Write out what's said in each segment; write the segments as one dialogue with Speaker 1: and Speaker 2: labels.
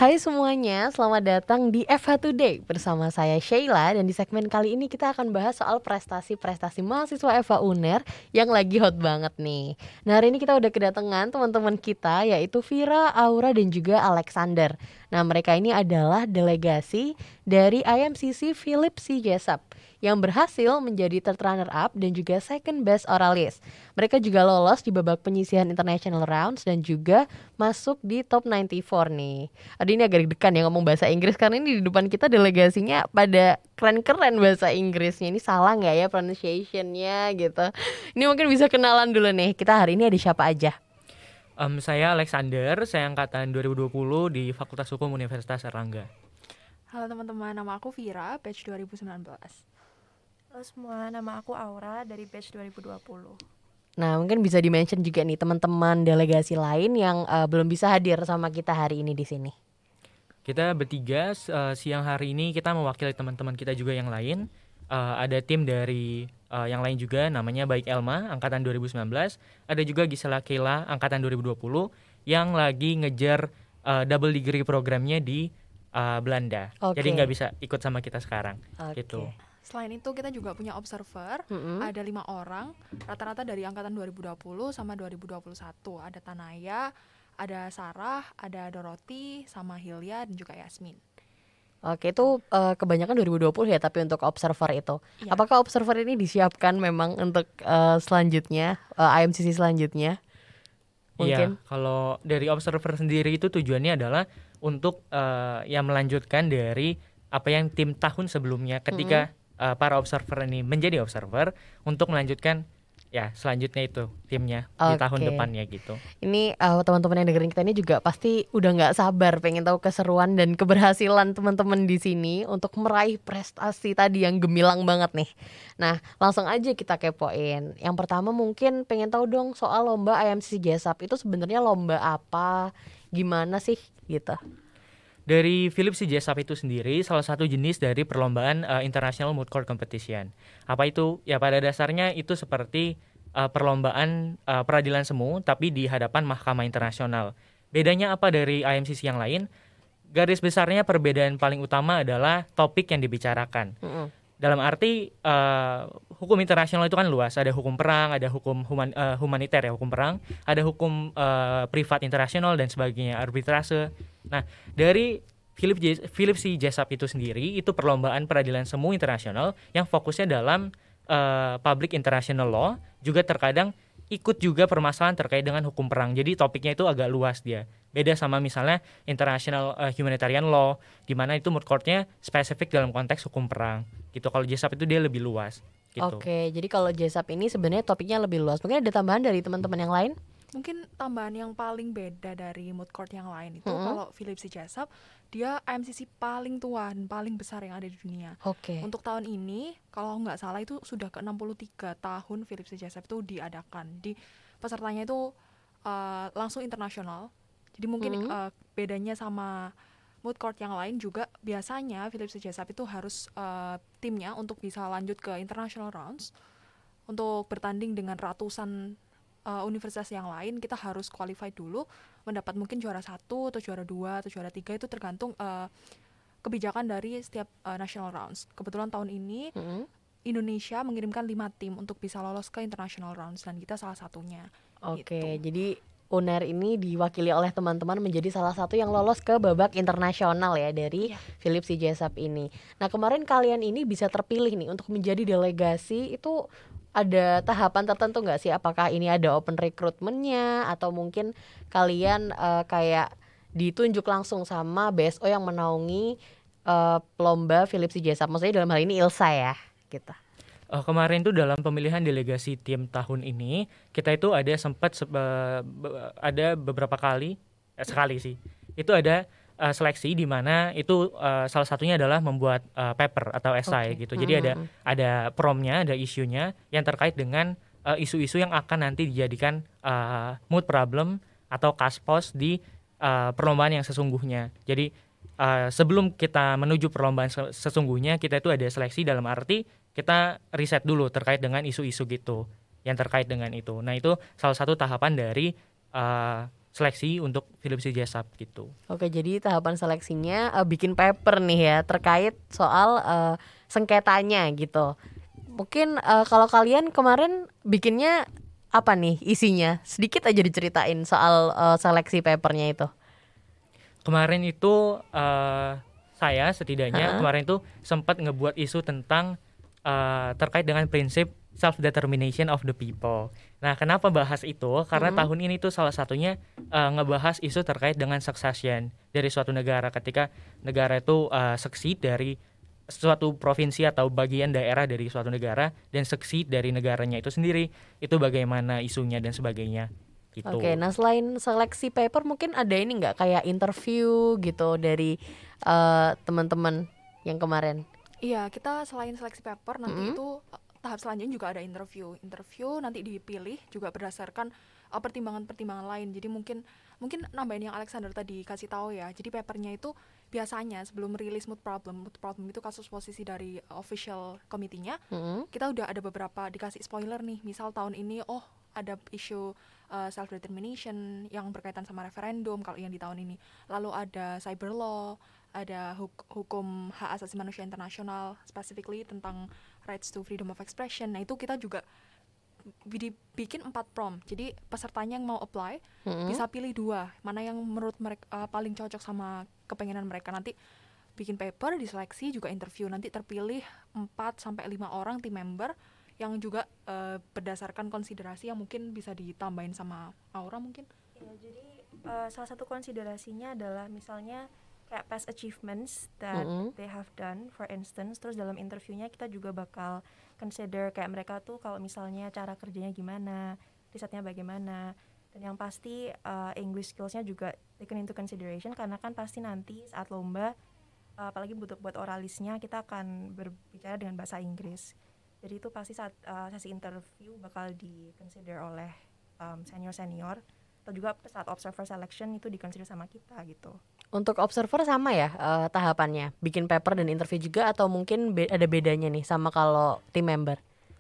Speaker 1: Hai semuanya, selamat datang di FH Today bersama saya Sheila. Dan di segmen kali ini kita akan bahas soal prestasi-prestasi mahasiswa FH UNER yang lagi hot banget nih. Nah, hari ini kita udah kedatangan teman-teman kita, yaitu Vira, Aura, dan juga Alexander. Nah, mereka ini adalah delegasi dari IMCC Philip C. Jessup yang berhasil menjadi third runner up dan juga second best oralis. Mereka juga lolos di babak penyisihan international rounds dan juga masuk di top 94 nih. Aduh, ini agak deg-degan ya ngomong bahasa Inggris karena ini di depan kita delegasinya pada keren-keren bahasa Inggrisnya. Ini salah nggak ya pronunciation-nya gitu. Ini mungkin bisa kenalan dulu nih. Kita hari ini ada siapa aja?
Speaker 2: Saya Alexander, saya angkatan 2020 di Fakultas Hukum Universitas Erlangga.
Speaker 3: Halo teman-teman, nama aku Vira, batch 2019.
Speaker 4: Halo semua, nama aku Aura dari batch 2020.
Speaker 1: Nah, mungkin bisa di-mention juga nih teman-teman delegasi lain yang belum bisa hadir sama kita hari ini di sini.
Speaker 2: Kita bertiga siang hari ini kita mewakili teman-teman kita juga yang lain. Ada tim dari yang lain juga, namanya Baik Elma, angkatan 2019. Ada juga Gisela Kayla, angkatan 2020, yang lagi ngejar double degree programnya di Belanda. Jadi nggak bisa ikut sama kita sekarang. Gitu.
Speaker 3: Selain itu kita juga punya observer, ada 5 orang, rata-rata dari angkatan 2020 sama 2021. Ada Tanaya, ada Sarah, ada Dorothy, sama Hilya, dan juga Yasmin.
Speaker 1: Oke, itu kebanyakan 2020 ya, tapi untuk observer itu.
Speaker 3: Ya.
Speaker 1: Apakah observer ini disiapkan memang untuk selanjutnya, IMCC selanjutnya? Mungkin?
Speaker 2: Iya, kalau dari observer sendiri itu tujuannya adalah untuk melanjutkan dari apa yang tim tahun sebelumnya ketika para observer ini menjadi observer untuk melanjutkan ya selanjutnya itu timnya di tahun depannya gitu.
Speaker 1: Ini teman-teman yang dengerin kita ini juga pasti udah nggak sabar pengen tahu keseruan dan keberhasilan teman-teman di sini untuk meraih prestasi tadi yang gemilang banget nih. Nah, langsung aja kita kepoin. Yang pertama mungkin pengen tahu dong soal lomba IMCC Jessup itu sebenarnya lomba apa, gimana sih gitu.
Speaker 2: Dari Philip C. Jessup itu sendiri salah satu jenis dari perlombaan International Moot Court Competition. Apa itu? Ya pada dasarnya itu seperti perlombaan peradilan semu tapi di hadapan mahkamah internasional. Bedanya apa dari IMCC yang lain? Garis besarnya perbedaan paling utama adalah topik yang dibicarakan. Dalam arti hukum internasional itu kan luas, ada hukum perang, ada hukum humaniter ya, hukum perang, ada hukum privat internasional dan sebagainya, arbitrase. Nah, dari Philip C. Jessup itu sendiri itu perlombaan peradilan semu internasional yang fokusnya dalam public international law, juga terkadang ikut juga permasalahan terkait dengan hukum perang. Jadi topiknya itu agak luas dia. Beda sama misalnya international humanitarian law, di mana itu moot court-nya spesifik dalam konteks hukum perang. Gitu. Kalau Jessup itu dia lebih luas. Gitu.
Speaker 1: Oke, jadi kalau Jessup ini sebenarnya topiknya lebih luas. Mungkin ada tambahan dari teman-teman yang lain?
Speaker 3: Mungkin tambahan yang paling beda dari moot court yang lain itu kalau Philip C. Jessup, dia IMCC paling tua dan paling besar yang ada di dunia. Untuk tahun ini, kalau nggak salah itu sudah ke 63 tahun Philip C. Jessup itu diadakan. Di pesertanya itu langsung internasional. Jadi mungkin bedanya sama moot court yang lain juga biasanya Philip C. Jessup itu harus timnya untuk bisa lanjut ke international rounds untuk bertanding dengan ratusan universitas yang lain, kita harus qualify dulu, mendapat mungkin juara 1 atau juara 2 atau juara 3, itu tergantung kebijakan dari setiap national rounds. Kebetulan tahun ini Indonesia mengirimkan 5 tim untuk bisa lolos ke international rounds dan kita salah satunya.
Speaker 1: Oke, jadi UNER ini diwakili oleh teman-teman menjadi salah satu yang lolos ke babak internasional ya dari Philip C. Jessup ini. Nah, kemarin kalian ini bisa terpilih nih untuk menjadi delegasi, itu ada tahapan tertentu nggak sih? Apakah ini ada open recruitment-nya atau mungkin kalian kayak ditunjuk langsung sama BSO yang menaungi lomba Philip C. Jessup? Maksudnya dalam hal ini Ilsa ya, gitu.
Speaker 2: Kemarin tuh dalam pemilihan delegasi tim tahun ini kita itu ada sempat ada beberapa kali sekali sih itu ada seleksi di mana itu salah satunya adalah membuat paper atau esai gitu. Jadi ada promnya, ada isunya yang terkait dengan isu-isu yang akan nanti dijadikan moot problem atau kaspos di perlombaan yang sesungguhnya. Jadi sebelum kita menuju perlombaan sesungguhnya kita itu ada seleksi, dalam arti kita riset dulu terkait dengan isu-isu gitu yang terkait dengan itu. Nah, itu salah satu tahapan dari seleksi untuk Philips Jessup gitu.
Speaker 1: Oke, jadi tahapan seleksinya bikin paper nih ya terkait soal sengketanya gitu. Mungkin kalau kalian kemarin bikinnya apa nih isinya? Sedikit aja diceritain soal seleksi papernya itu.
Speaker 2: Kemarin itu saya setidaknya kemarin itu sempat ngebuat isu tentang terkait dengan prinsip self-determination of the people. Nah, kenapa bahas itu? Karena tahun ini tuh salah satunya ngebahas isu terkait dengan succession dari suatu negara. Ketika negara itu succeed dari suatu provinsi atau bagian daerah dari suatu negara dan succeed dari negaranya itu sendiri, itu bagaimana isunya dan sebagainya. Gitu.
Speaker 1: Oke, nah selain seleksi paper mungkin ada ini nggak kayak interview gitu dari teman-teman yang kemarin?
Speaker 3: Iya, kita selain seleksi paper nanti itu tahap selanjutnya juga ada interview nanti dipilih juga berdasarkan pertimbangan-pertimbangan lain. Jadi mungkin nambahin yang Alexander tadi kasih tahu ya. Jadi papernya itu biasanya sebelum rilis mood problem itu kasus posisi dari official committee-nya, kita udah ada beberapa dikasih spoiler nih. Misal tahun ini ada isu self determination yang berkaitan sama referendum kalau yang di tahun ini. Lalu ada cyber law, ada hukum hak asasi manusia internasional, specifically tentang rights to freedom of expression. Nah, itu kita juga bikin 4 prompt. Jadi pesertanya yang mau apply bisa pilih 2, mana yang menurut mereka paling cocok sama kepengenan mereka. Nanti bikin paper, diseleksi, juga interview. Nanti terpilih 4-5 orang tim member yang juga berdasarkan konsiderasi yang mungkin bisa ditambahin sama Aura mungkin.
Speaker 4: Ya, jadi salah satu konsiderasinya adalah misalnya kayak past achievements that they have done, for instance. Terus dalam interviewnya kita juga bakal consider kayak mereka tuh kalau misalnya cara kerjanya gimana, risetnya bagaimana, dan yang pasti English skills-nya juga taken into consideration karena kan pasti nanti saat lomba apalagi buat oralisnya kita akan berbicara dengan bahasa Inggris. Jadi itu pasti saat sesi interview bakal di-consider oleh senior-senior atau juga saat observer selection itu di-consider sama kita gitu.
Speaker 1: Untuk observer sama ya tahapannya, bikin paper dan interview juga atau mungkin ada bedanya nih sama kalau team member?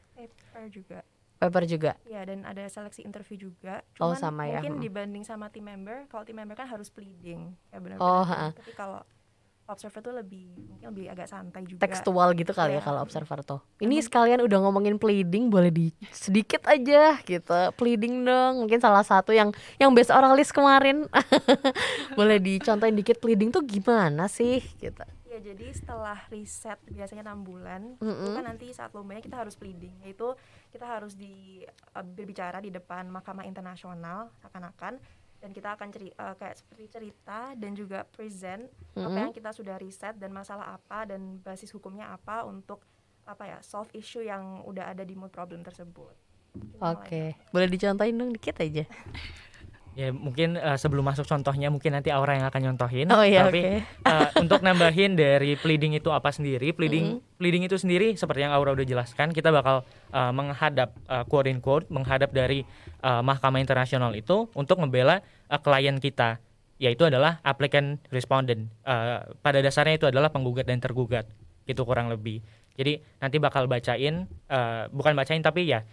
Speaker 1: Paper juga?
Speaker 4: Iya, dan ada seleksi interview juga.
Speaker 1: Cuman sama
Speaker 4: mungkin
Speaker 1: ya.
Speaker 4: Dibanding sama team member, kalau team member kan harus pleading ya benar-benar. Tapi kalau observer tuh mungkin lebih agak santai juga.
Speaker 1: Tekstual gitu kali ya kalau observer tuh. Ini sekalian udah ngomongin pleading, boleh sedikit aja gitu. Pleading dong, mungkin salah satu yang best oralis kemarin. Boleh dicontohin dikit pleading tuh gimana sih gitu.
Speaker 4: Ya, jadi setelah riset biasanya 6 bulan, itu kan nanti saat lombanya kita harus pleading. Yaitu kita harus berbicara di depan Mahkamah Internasional seakan-akan. Dan kita akan kayak seperti cerita dan juga present apa yang kita sudah riset dan masalah apa dan basis hukumnya apa untuk solve issue yang udah ada di mood problem tersebut.
Speaker 1: Oke. Boleh dicontohin dong dikit aja.
Speaker 2: Ya mungkin sebelum masuk contohnya mungkin nanti Aura yang akan nyontohin.
Speaker 1: Tapi
Speaker 2: untuk nambahin dari pleading itu apa sendiri, pleading itu sendiri seperti yang Aura udah jelaskan, kita bakal menghadap quote in quote menghadap dari Mahkamah Internasional itu untuk membela klien kita, yaitu adalah applicant respondent. Pada dasarnya itu adalah penggugat dan tergugat, gitu kurang lebih. Jadi nanti bakal bukan bacain tapi ya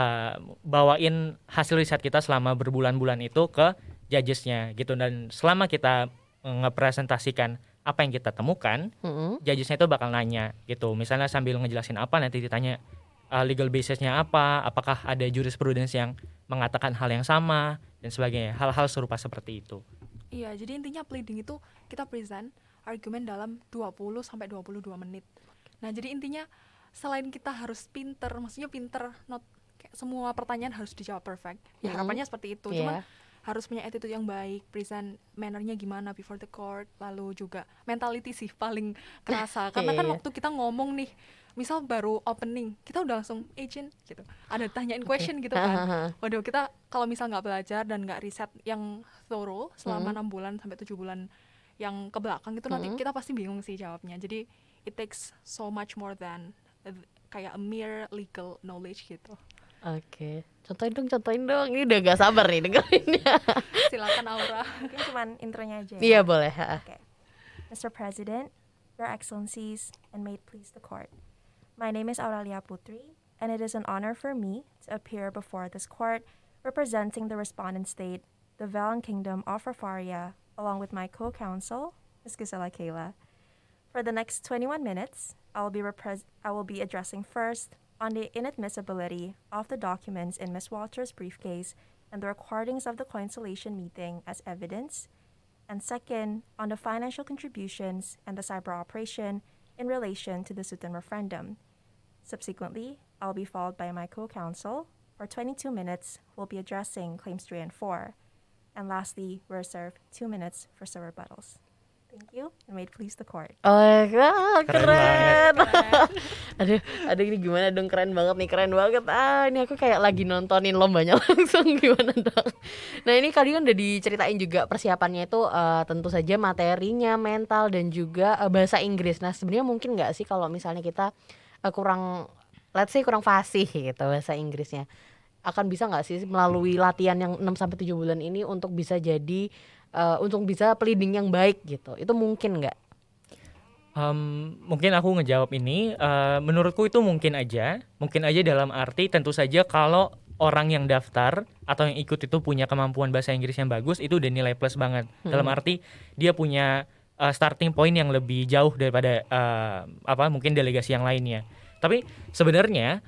Speaker 2: bawain hasil riset kita selama berbulan-bulan itu ke judges-nya gitu, dan selama kita ngepresentasikan apa yang kita temukan, judges-nya itu bakal nanya gitu, misalnya sambil ngejelasin apa nanti ditanya legal basis-nya apa, apakah ada jurisprudence yang mengatakan hal yang sama dan sebagainya, hal-hal serupa seperti itu.
Speaker 3: Iya, jadi intinya pleading itu kita present argumen dalam 20-22 menit. Nah, jadi intinya selain kita harus pinter, maksudnya pinter kayak semua pertanyaan harus dijawab perfect. Ya harapannya seperti itu. Cuman harus punya attitude yang baik, present manner-nya gimana before the court, lalu juga mentality sih paling kerasa. Karena kan waktu kita ngomong nih, misal baru opening, kita udah langsung agent gitu. Ada tanyain question gitu kan. Waduh, kita kalau misal nggak belajar dan nggak riset yang thorough selama 6 bulan sampai 7 bulan yang ke belakang itu nanti kita pasti bingung sih jawabnya. Jadi it takes so much more than kayak a mere legal knowledge gitu.
Speaker 1: Oke, contohin dong. Ini udah gak sabar nih dengerinnya.
Speaker 3: Silakan Aura.
Speaker 4: Mungkin cuman intronya aja.
Speaker 1: Iya boleh.
Speaker 4: Okay. Mr. President, Your Excellencies, and may it please the court. My name is Auralia Putri, and it is an honor for me to appear before this court representing the respondent state, the Valen Kingdom of Farfaria, along with my co-counsel, Ms. Gisela Kayla. For the next 21 minutes, I will be addressing first on the inadmissibility of the documents in Ms. Walter's briefcase and the recordings of the Constellation meeting as evidence, and second, on the financial contributions and the cyber operation in relation to the Sutan referendum. Subsequently, I'll be followed by my co-counsel. For 22 minutes, we'll be addressing claims 3 and 4. And lastly, we're reserved 2 minutes for rebuttals. Thank you, and may it please the court.
Speaker 1: Oh my God, keren. aduh ini gimana dong, keren banget. Ini aku kayak lagi nontonin lombanya langsung, gimana dong. Nah ini kali kan udah diceritain juga persiapannya itu tentu saja materinya, mental, dan juga bahasa Inggris. Nah sebenarnya mungkin nggak sih kalau misalnya kita kurang fasih gitu bahasa Inggrisnya, akan bisa nggak sih melalui latihan yang 6-7 bulan ini untuk bisa jadi untuk bisa pleading yang baik gitu, itu mungkin nggak?
Speaker 2: Mungkin aku ngejawab ini, menurutku itu mungkin aja dalam arti tentu saja kalau orang yang daftar atau yang ikut itu punya kemampuan bahasa Inggris yang bagus, itu udah nilai plus banget. Dalam arti dia punya starting point yang lebih jauh daripada mungkin delegasi yang lainnya. Tapi sebenarnya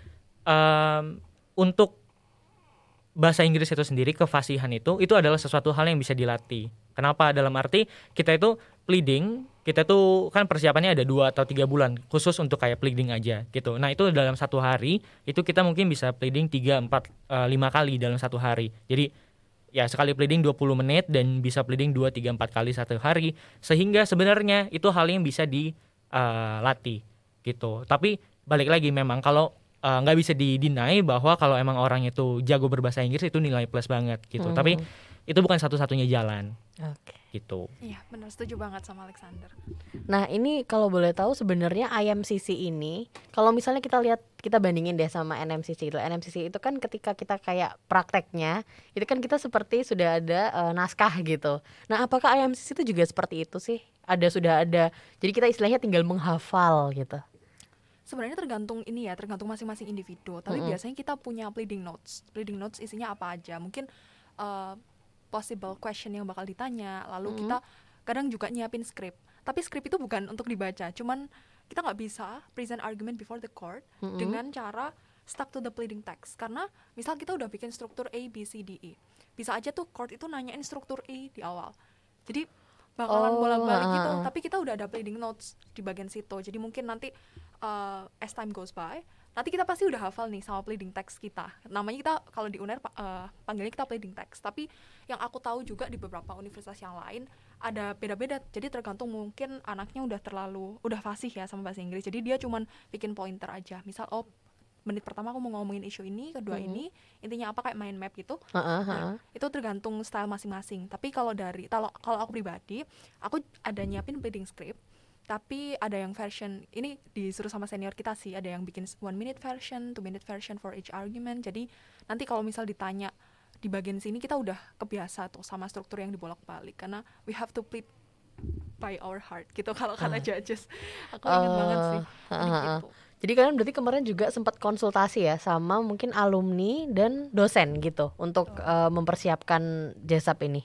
Speaker 2: untuk bahasa Inggris itu sendiri, kefasihan itu adalah sesuatu hal yang bisa dilatih. Kenapa? Dalam arti kita itu pleading, kita tuh kan persiapannya ada 2 atau 3 bulan khusus untuk kayak pleading aja gitu. Nah itu dalam satu hari itu kita mungkin bisa pleading 3, 4, 5 kali dalam satu hari. Jadi ya sekali pleading 20 menit dan bisa pleading 2, 3, 4 kali satu hari. Sehingga sebenarnya itu hal yang bisa dilatih gitu. Tapi balik lagi, memang kalau nggak bisa di-deny bahwa kalau emang orang itu jago berbahasa Inggris itu nilai plus banget gitu. Tapi itu bukan satu-satunya jalan. Gitu.
Speaker 3: Iya, benar, setuju banget sama Alexander.
Speaker 1: Nah, ini kalau boleh tahu sebenarnya IMCC ini, kalau misalnya kita bandingin deh sama NMCC itu. NMCC itu kan ketika kita kayak prakteknya, itu kan kita seperti sudah ada naskah gitu. Nah, apakah IMCC itu juga seperti itu sih? Sudah ada. Jadi kita istilahnya tinggal menghafal gitu.
Speaker 3: Sebenarnya tergantung masing-masing individu. Tapi biasanya kita punya pleading notes. Pleading notes isinya apa aja? Mungkin possible question yang bakal ditanya. Lalu kita kadang juga nyiapin skrip. Tapi skrip itu bukan untuk dibaca. Cuman kita nggak bisa present argument before the court dengan cara stuck to the pleading text. Karena misal kita udah bikin struktur A, B, C, D, E. Bisa aja tuh court itu nanyain struktur E di awal. Jadi bakalan bolak-balik gitu. Tapi kita udah ada pleading notes di bagian situ. Jadi mungkin nanti as time goes by, nanti kita pasti udah hafal nih sama pleading text kita. Namanya kita kalau di UNER panggilnya kita pleading text. Tapi yang aku tahu juga di beberapa universitas yang lain ada beda-beda. Jadi tergantung, mungkin anaknya udah fasih ya sama bahasa Inggris. Jadi dia cuman bikin pointer aja. Misal menit pertama aku mau ngomongin isu ini, kedua ini intinya apa, kayak main map gitu. Nah, itu tergantung style masing-masing. Tapi kalau aku pribadi, aku ada nyiapin pleading script. Tapi ada yang version, ini disuruh sama senior kita sih, ada yang bikin 1 minute version, 2 minute version for each argument. Jadi nanti kalau misal ditanya di bagian sini, kita udah kebiasa tuh sama struktur yang dibolak-balik. Karena we have to plead by our heart gitu kalau kata judges. Aku ingat banget sih. Gitu.
Speaker 1: Jadi kalian berarti kemarin juga sempat konsultasi ya sama mungkin alumni dan dosen gitu untuk mempersiapkan JESAP ini.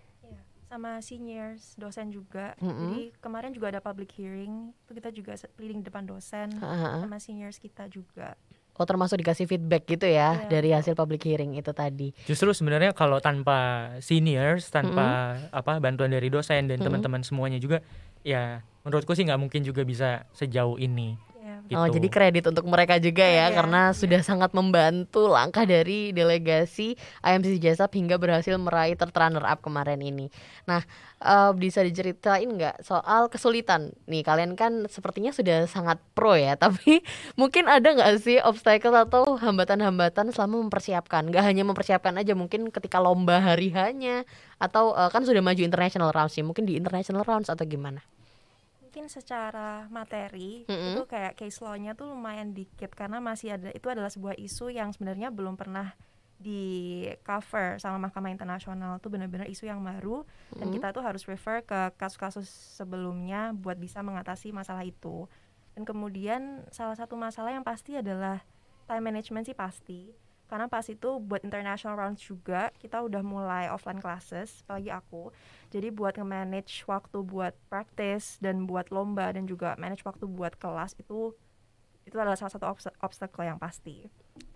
Speaker 4: Sama seniors, dosen juga. Jadi kemarin juga ada public hearing, itu kita juga pleading depan dosen sama seniors kita juga.
Speaker 1: Oh, termasuk dikasih feedback gitu ya dari hasil public hearing itu tadi.
Speaker 2: Justru sebenarnya kalau tanpa seniors, tanpa bantuan dari dosen dan teman-teman semuanya juga, ya menurutku sih nggak mungkin juga bisa sejauh ini.
Speaker 1: Gitu. Oh, jadi kredit untuk mereka juga ya, karena sudah sangat membantu langkah dari delegasi IMCC JESAP hingga berhasil meraih third runner up kemarin ini. Nah, bisa diceritain nggak soal kesulitan? Nih, kalian kan sepertinya sudah sangat pro ya, tapi mungkin ada nggak sih obstacle atau hambatan-hambatan selama mempersiapkan? Nggak hanya mempersiapkan aja, mungkin ketika lomba hari hanya, atau kan sudah maju international rounds sih, mungkin di international rounds atau gimana?
Speaker 4: Mungkin secara materi itu kayak case law-nya tuh lumayan dikit, karena itu adalah sebuah isu yang sebenarnya belum pernah di cover sama Mahkamah Internasional. Itu benar-benar isu yang baru dan kita tuh harus refer ke kasus-kasus sebelumnya buat bisa mengatasi masalah itu. Dan kemudian salah satu masalah yang pasti adalah time management sih pasti. karena pas itu buat international rounds juga kita udah mulai offline classes, apalagi aku. Jadi buat nge-manage waktu buat practice dan buat lomba dan juga manage waktu buat kelas itu adalah salah satu obstacle yang pasti.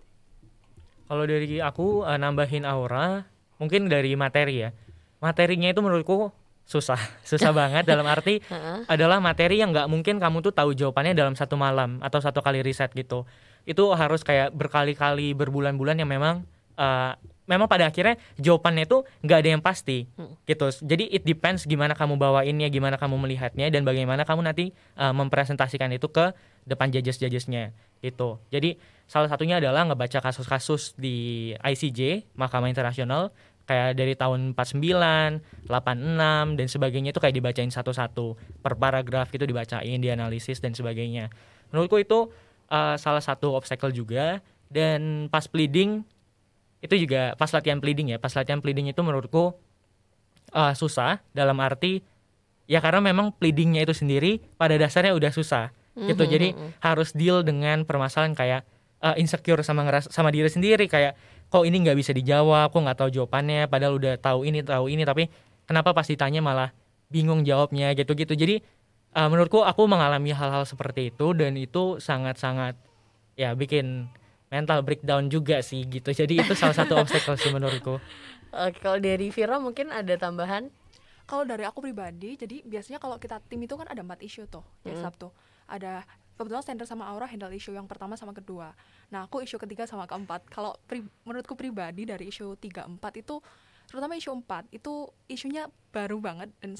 Speaker 2: Kalau dari aku nambahin Aura, mungkin dari materi ya. Materinya itu menurutku susah banget dalam arti adalah materi yang nggak mungkin kamu tuh tahu jawabannya dalam satu malam atau satu kali riset gitu. Itu harus kayak berkali-kali, berbulan-bulan yang memang pada akhirnya jawabannya itu nggak ada yang pasti gitu. Jadi it depends gimana kamu bawainnya, gimana kamu melihatnya, dan bagaimana kamu nanti mempresentasikan itu ke depan judges-judgesnya gitu. Jadi salah satunya adalah ngebaca kasus-kasus di ICJ, Mahkamah Internasional, kayak dari tahun 49, 86 dan sebagainya, itu kayak dibacain satu-satu per paragraf gitu, dibacain, dianalisis dan sebagainya. Menurutku itu salah satu obstacle juga. Dan pas pleading itu juga, pas latihan pleading itu menurutku susah dalam arti ya karena memang pleadingnya itu sendiri pada dasarnya udah susah gitu. Jadi harus deal dengan permasalahan kayak insecure sama diri sendiri, kayak kok ini nggak bisa dijawab, kok nggak tahu jawabannya, padahal udah tahu ini tapi kenapa pas ditanya malah bingung jawabnya gitu-gitu. Jadi menurutku aku mengalami hal-hal seperti itu, dan itu sangat-sangat ya bikin mental breakdown juga sih gitu. Jadi itu salah satu obstacle sih menurutku.
Speaker 1: Oke, kalau dari Vira mungkin ada tambahan?
Speaker 3: Kalau dari aku pribadi, jadi biasanya kalau kita tim itu kan ada 4 isu tuh, tuh. Ada kebetulan Sandra sama Aura handle isu yang pertama sama kedua. Nah, aku isu ketiga sama keempat. Kalau menurutku pribadi dari isu 3, 4 itu, terutama isu 4 itu isunya baru banget dan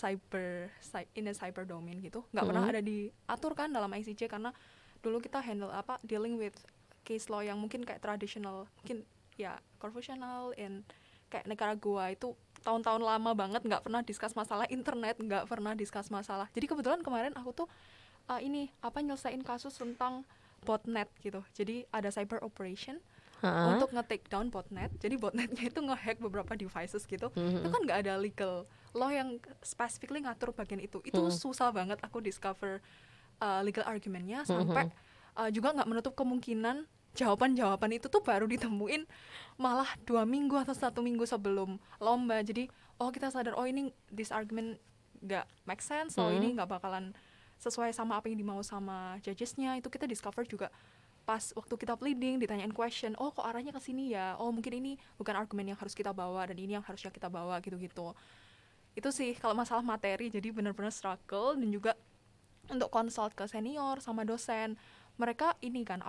Speaker 3: cyber domain gitu. Nggak pernah ada diatur kan dalam ICJ, karena dulu kita handle dealing with case law yang mungkin kayak traditional, mungkin ya conventional in kayak Nicaragua itu tahun-tahun lama banget, nggak pernah discuss masalah internet, nggak pernah discuss masalah. Jadi kebetulan kemarin aku tuh nyelesain kasus tentang botnet gitu. Jadi ada cyber operation untuk nge-take down botnet. Jadi botnetnya itu nge-hack beberapa devices gitu. Itu kan nggak ada legal law yang specifically ngatur bagian itu. Itu susah banget aku discover legal argumentnya, sampai juga nggak menutup kemungkinan jawaban itu tuh baru ditemuin malah 2 minggu atau 1 minggu sebelum lomba. Jadi kita sadar ini this argument nggak make sense, ini nggak bakalan sesuai sama apa yang dimau sama judgesnya. Itu kita discover juga pas waktu kita pleading, ditanyain question, kok arahnya ke sini ya, mungkin ini bukan argumen yang harus kita bawa dan ini yang harusnya kita bawa gitu-gitu. Itu sih kalau masalah materi, jadi benar-benar struggle. Dan juga untuk consult ke senior sama dosen, mereka ini kan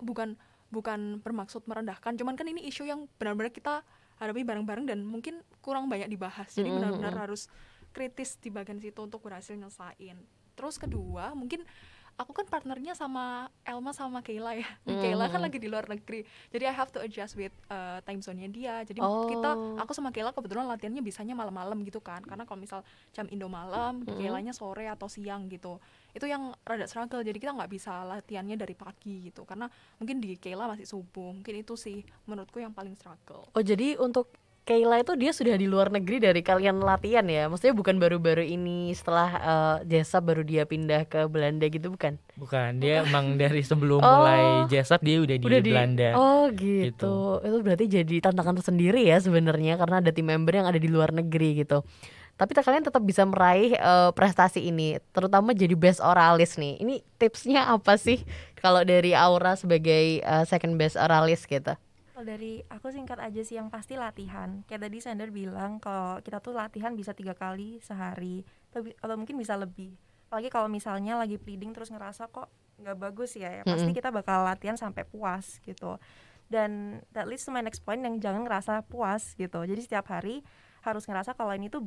Speaker 3: bukan bermaksud merendahkan, cuman kan ini isu yang benar-benar kita hadapi bareng-bareng dan mungkin kurang banyak dibahas. Jadi benar-benar harus kritis di bagian situ untuk berhasil nyelesain. Terus kedua, mungkin aku kan partnernya sama Elma sama Kayla ya. Kayla kan lagi di luar negeri, jadi I have to adjust with time zone-nya dia. Jadi aku sama Kayla kebetulan latihannya bisanya malam-malam gitu kan, karena kalau misal jam Indo malam, Kaylanya sore atau siang gitu. Itu yang rada struggle, jadi kita nggak bisa latihannya dari pagi gitu, karena mungkin di Kayla masih subuh. Mungkin itu sih menurutku yang paling struggle.
Speaker 1: Jadi untuk Kayla itu dia sudah di luar negeri dari kalian latihan ya? Maksudnya bukan baru-baru ini setelah JESAP baru dia pindah ke Belanda gitu, bukan?
Speaker 2: Bukan, dia emang dari sebelum mulai JESAP dia udah di Belanda.
Speaker 1: Gitu. Itu berarti jadi tantangan tersendiri ya sebenarnya, karena ada tim member yang ada di luar negeri gitu. Tapi kalian tetap bisa meraih prestasi ini, terutama jadi best oralis nih. Ini tipsnya apa sih kalau dari Aura sebagai second best oralis gitu?
Speaker 4: Kalau dari aku singkat aja sih, yang pasti latihan. Kayak tadi Sander bilang kalau kita tuh latihan bisa 3 kali sehari atau mungkin bisa lebih. Apalagi kalau misalnya lagi pleading terus ngerasa kok nggak bagus ya pasti kita bakal latihan sampai puas gitu. Dan that leads to my next point, yang jangan ngerasa puas gitu. Jadi setiap hari harus ngerasa kalau ini tuh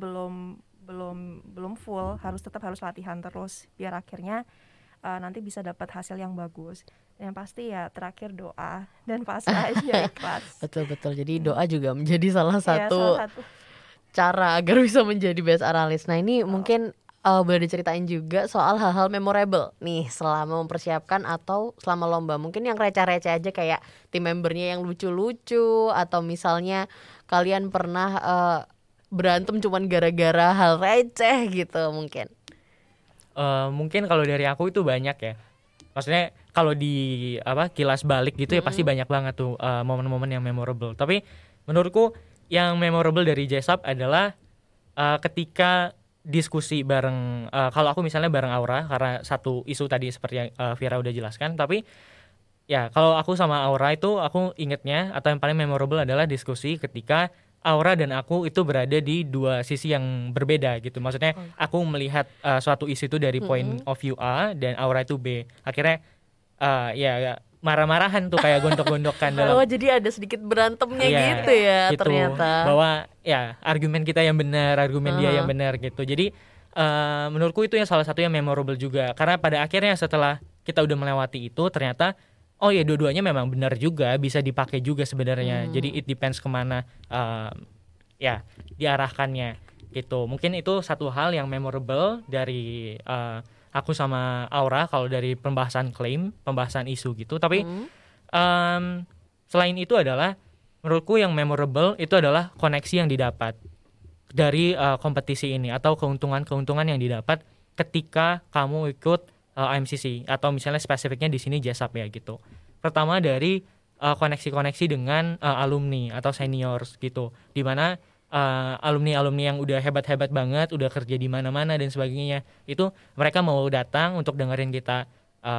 Speaker 4: belum full, tetap harus latihan terus biar akhirnya nanti bisa dapat hasil yang bagus. Yang pasti ya terakhir doa dan pasrah aja, ikhlas.
Speaker 1: Betul. Jadi doa juga menjadi salah satu cara agar bisa menjadi best oralis. Nah ini mungkin boleh diceritain juga soal hal-hal memorable nih selama mempersiapkan atau selama lomba. Mungkin yang receh-receh aja, kayak tim membernya yang lucu-lucu, atau misalnya kalian pernah berantem cuman gara-gara hal receh gitu mungkin.
Speaker 2: Mungkin kalau dari aku itu banyak ya. Maksudnya kalau di kilas balik gitu ya pasti banyak banget tuh momen-momen yang memorable. Tapi menurutku yang memorable dari JSUP adalah ketika diskusi bareng, kalau aku misalnya bareng Aura karena satu isu tadi seperti yang Vira udah jelaskan. Tapi ya kalau aku sama Aura itu aku ingetnya atau yang paling memorable adalah diskusi ketika Aura dan aku itu berada di dua sisi yang berbeda gitu. Maksudnya aku melihat suatu isu itu dari point of view A dan Aura itu B. Akhirnya ya marah-marahan tuh kayak gontok-gontokan dalam.
Speaker 1: Oh, jadi ada sedikit berantemnya gitu ya gitu, ternyata.
Speaker 2: Bahwa ya argumen kita yang benar, argumen dia yang benar gitu. Jadi menurutku itu yang salah satu yang memorable juga. Karena pada akhirnya setelah kita udah melewati itu ternyata oh ya dua-duanya memang benar juga, bisa dipakai juga sebenarnya. Jadi it depends kemana ya diarahkannya gitu. Mungkin itu satu hal yang memorable dari aku sama Aura kalau dari pembahasan klaim, pembahasan isu gitu. Tapi selain itu adalah menurutku yang memorable itu adalah koneksi yang didapat dari kompetisi ini atau keuntungan-keuntungan yang didapat ketika kamu ikut IMCC atau misalnya spesifiknya di sini JSUP ya gitu. Pertama dari koneksi-koneksi dengan alumni atau seniors gitu, di mana alumni-alumni yang udah hebat-hebat banget, udah kerja di mana-mana dan sebagainya, itu mereka mau datang untuk dengerin kita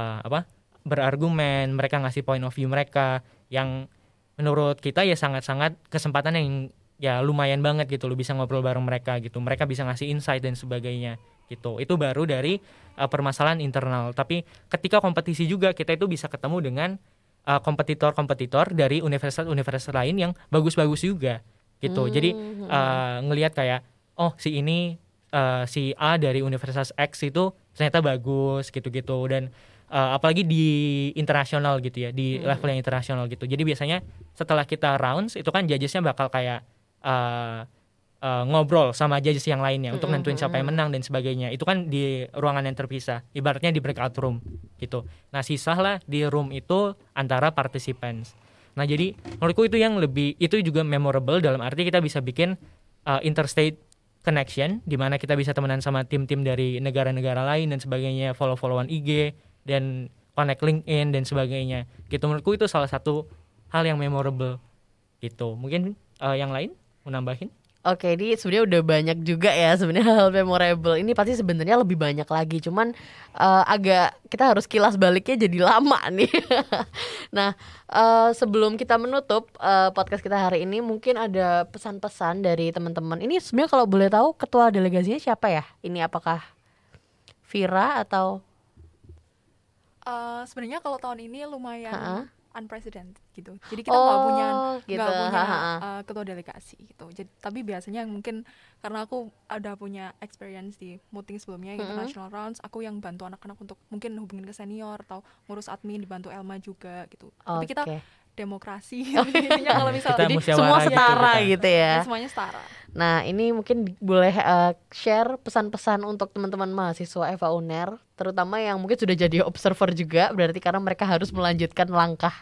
Speaker 2: berargumen, mereka ngasih point of view mereka yang menurut kita ya sangat-sangat kesempatan yang ya lumayan banget gitu, lu bisa ngobrol bareng mereka gitu, mereka bisa ngasih insight dan sebagainya gitu. Itu baru dari permasalahan internal. Tapi ketika kompetisi juga kita itu bisa ketemu dengan kompetitor-kompetitor dari universitas-universitas lain yang bagus-bagus juga gitu. Jadi ngelihat kayak oh si ini si A dari Universitas X itu ternyata bagus gitu-gitu. Dan apalagi di internasional gitu ya, di level yang internasional gitu. Jadi biasanya setelah kita rounds itu kan judgesnya bakal kayak ngobrol sama judges yang lainnya untuk nentuin siapa yang menang dan sebagainya. Itu kan di ruangan yang terpisah, ibaratnya di breakout room gitu. Nah sisahlah di room itu antara participants. Nah jadi menurutku itu yang lebih, itu juga memorable dalam arti kita bisa bikin interstate connection, di mana kita bisa temenan sama tim-tim dari negara-negara lain dan sebagainya, follow-followan IG dan connect LinkedIn dan sebagainya gitu. Menurutku itu salah satu hal yang memorable gitu. Mungkin yang lain mau nambahin?
Speaker 1: Oke, ini sebenarnya udah banyak juga ya sebenarnya hal memorable. Ini pasti sebenarnya lebih banyak lagi. Cuman agak kita harus kilas baliknya jadi lama nih. Nah, sebelum kita menutup podcast kita hari ini, mungkin ada pesan-pesan dari teman-teman. Ini sebenarnya kalau boleh tahu ketua delegasinya siapa ya? Ini apakah Vira atau?
Speaker 3: Sebenarnya kalau tahun ini lumayan unprecedented gitu. Jadi kita nggak punya ketua delegasi gitu. Tapi biasanya mungkin karena aku ada punya experience di meeting sebelumnya international rounds, aku yang bantu anak-anak untuk mungkin hubungin ke senior atau ngurus admin, dibantu Elma juga gitu. Tapi kita demokrasi gitu. Kalau misalnya
Speaker 1: jadi semua setara gitu ya.
Speaker 3: Semuanya setara.
Speaker 1: Nah, ini mungkin boleh share pesan-pesan untuk teman-teman mahasiswa FH UNER, terutama yang mungkin sudah jadi observer juga, berarti karena mereka harus melanjutkan langkah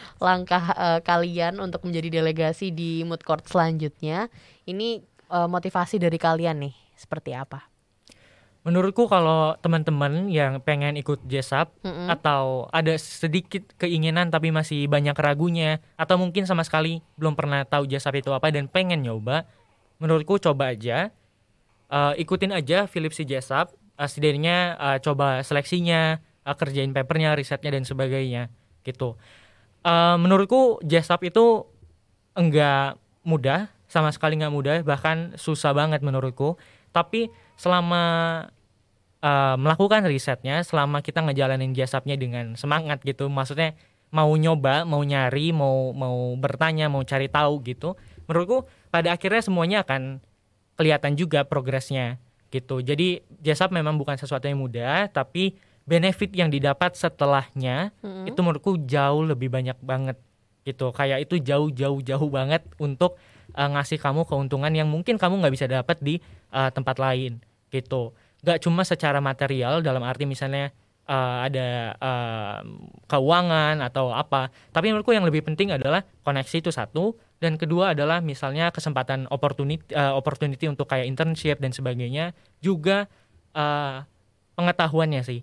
Speaker 1: kalian untuk menjadi delegasi di moot court selanjutnya. Ini motivasi dari kalian nih seperti apa?
Speaker 2: Menurutku kalau teman-teman yang pengen ikut JSUP atau ada sedikit keinginan tapi masih banyak ragunya, atau mungkin sama sekali belum pernah tahu JSUP itu apa dan pengen nyoba, menurutku coba aja, ikutin aja Philips JSUP, setidaknya coba seleksinya, kerjain papernya, risetnya dan sebagainya gitu. Menurutku JSUP itu enggak mudah, sama sekali enggak mudah, bahkan susah banget menurutku. Tapi selama melakukan risetnya, selama kita ngejalanin JSUP-nya dengan semangat gitu, maksudnya mau nyoba, mau nyari, mau bertanya, mau cari tahu gitu, menurutku pada akhirnya semuanya akan kelihatan juga progresnya gitu. Jadi JSUP memang bukan sesuatu yang mudah, tapi benefit yang didapat setelahnya itu menurutku jauh lebih banyak banget gitu. Kayak itu jauh banget untuk ngasih kamu keuntungan yang mungkin kamu nggak bisa dapat di tempat lain gitu. Gak cuma secara material dalam arti misalnya ada keuangan atau apa, tapi menurutku yang lebih penting adalah koneksi itu satu, dan kedua adalah misalnya kesempatan opportunity untuk kayak internship dan sebagainya, juga pengetahuannya sih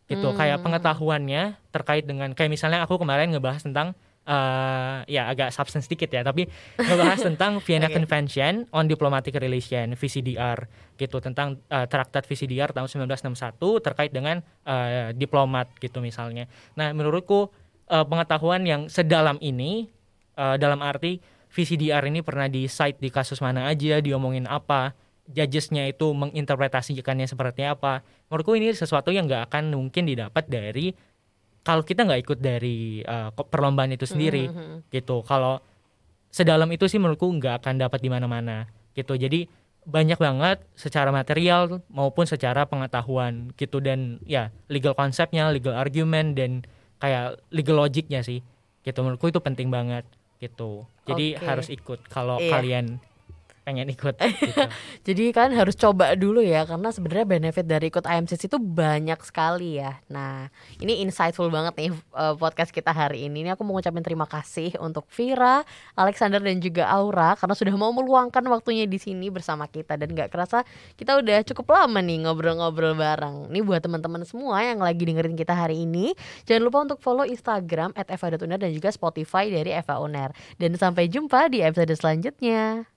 Speaker 2: gitu. Kayak pengetahuannya terkait dengan kayak misalnya aku kemarin ngebahas tentang ya agak substance sedikit ya, tapi ngebahas tentang Vienna Convention on Diplomatic Relation VCDR gitu, tentang traktat VCDR tahun 1961 terkait dengan diplomat gitu misalnya. Nah menurutku pengetahuan yang sedalam ini dalam arti VCDR ini pernah di cite di kasus mana aja, diomongin apa, judgesnya itu menginterpretasikannya seperti apa. Menurutku ini sesuatu yang nggak akan mungkin didapat dari kalau kita nggak ikut dari perlombaan itu sendiri gitu. Kalau sedalam itu sih menurutku nggak akan dapat di mana-mana gitu. Jadi banyak banget secara material maupun secara pengetahuan gitu, dan ya legal konsepnya, legal argument, dan kayak legal logiknya sih gitu. Menurutku itu penting banget gitu. Jadi harus ikut kalau kalian pengen ikut gitu.
Speaker 1: Jadi kan harus coba dulu ya, karena sebenarnya benefit dari ikut IMCC itu banyak sekali ya. Nah ini insightful banget nih podcast kita hari ini. Ini aku mau ngucapin terima kasih untuk Vira, Alexander, dan juga Aura karena sudah mau meluangkan waktunya di sini bersama kita. Dan gak kerasa kita udah cukup lama nih ngobrol-ngobrol bareng. Ini buat teman-teman semua yang lagi dengerin kita hari ini, jangan lupa untuk follow Instagram @eva.uner dan juga Spotify dari Eva Uner. Dan sampai jumpa di episode selanjutnya.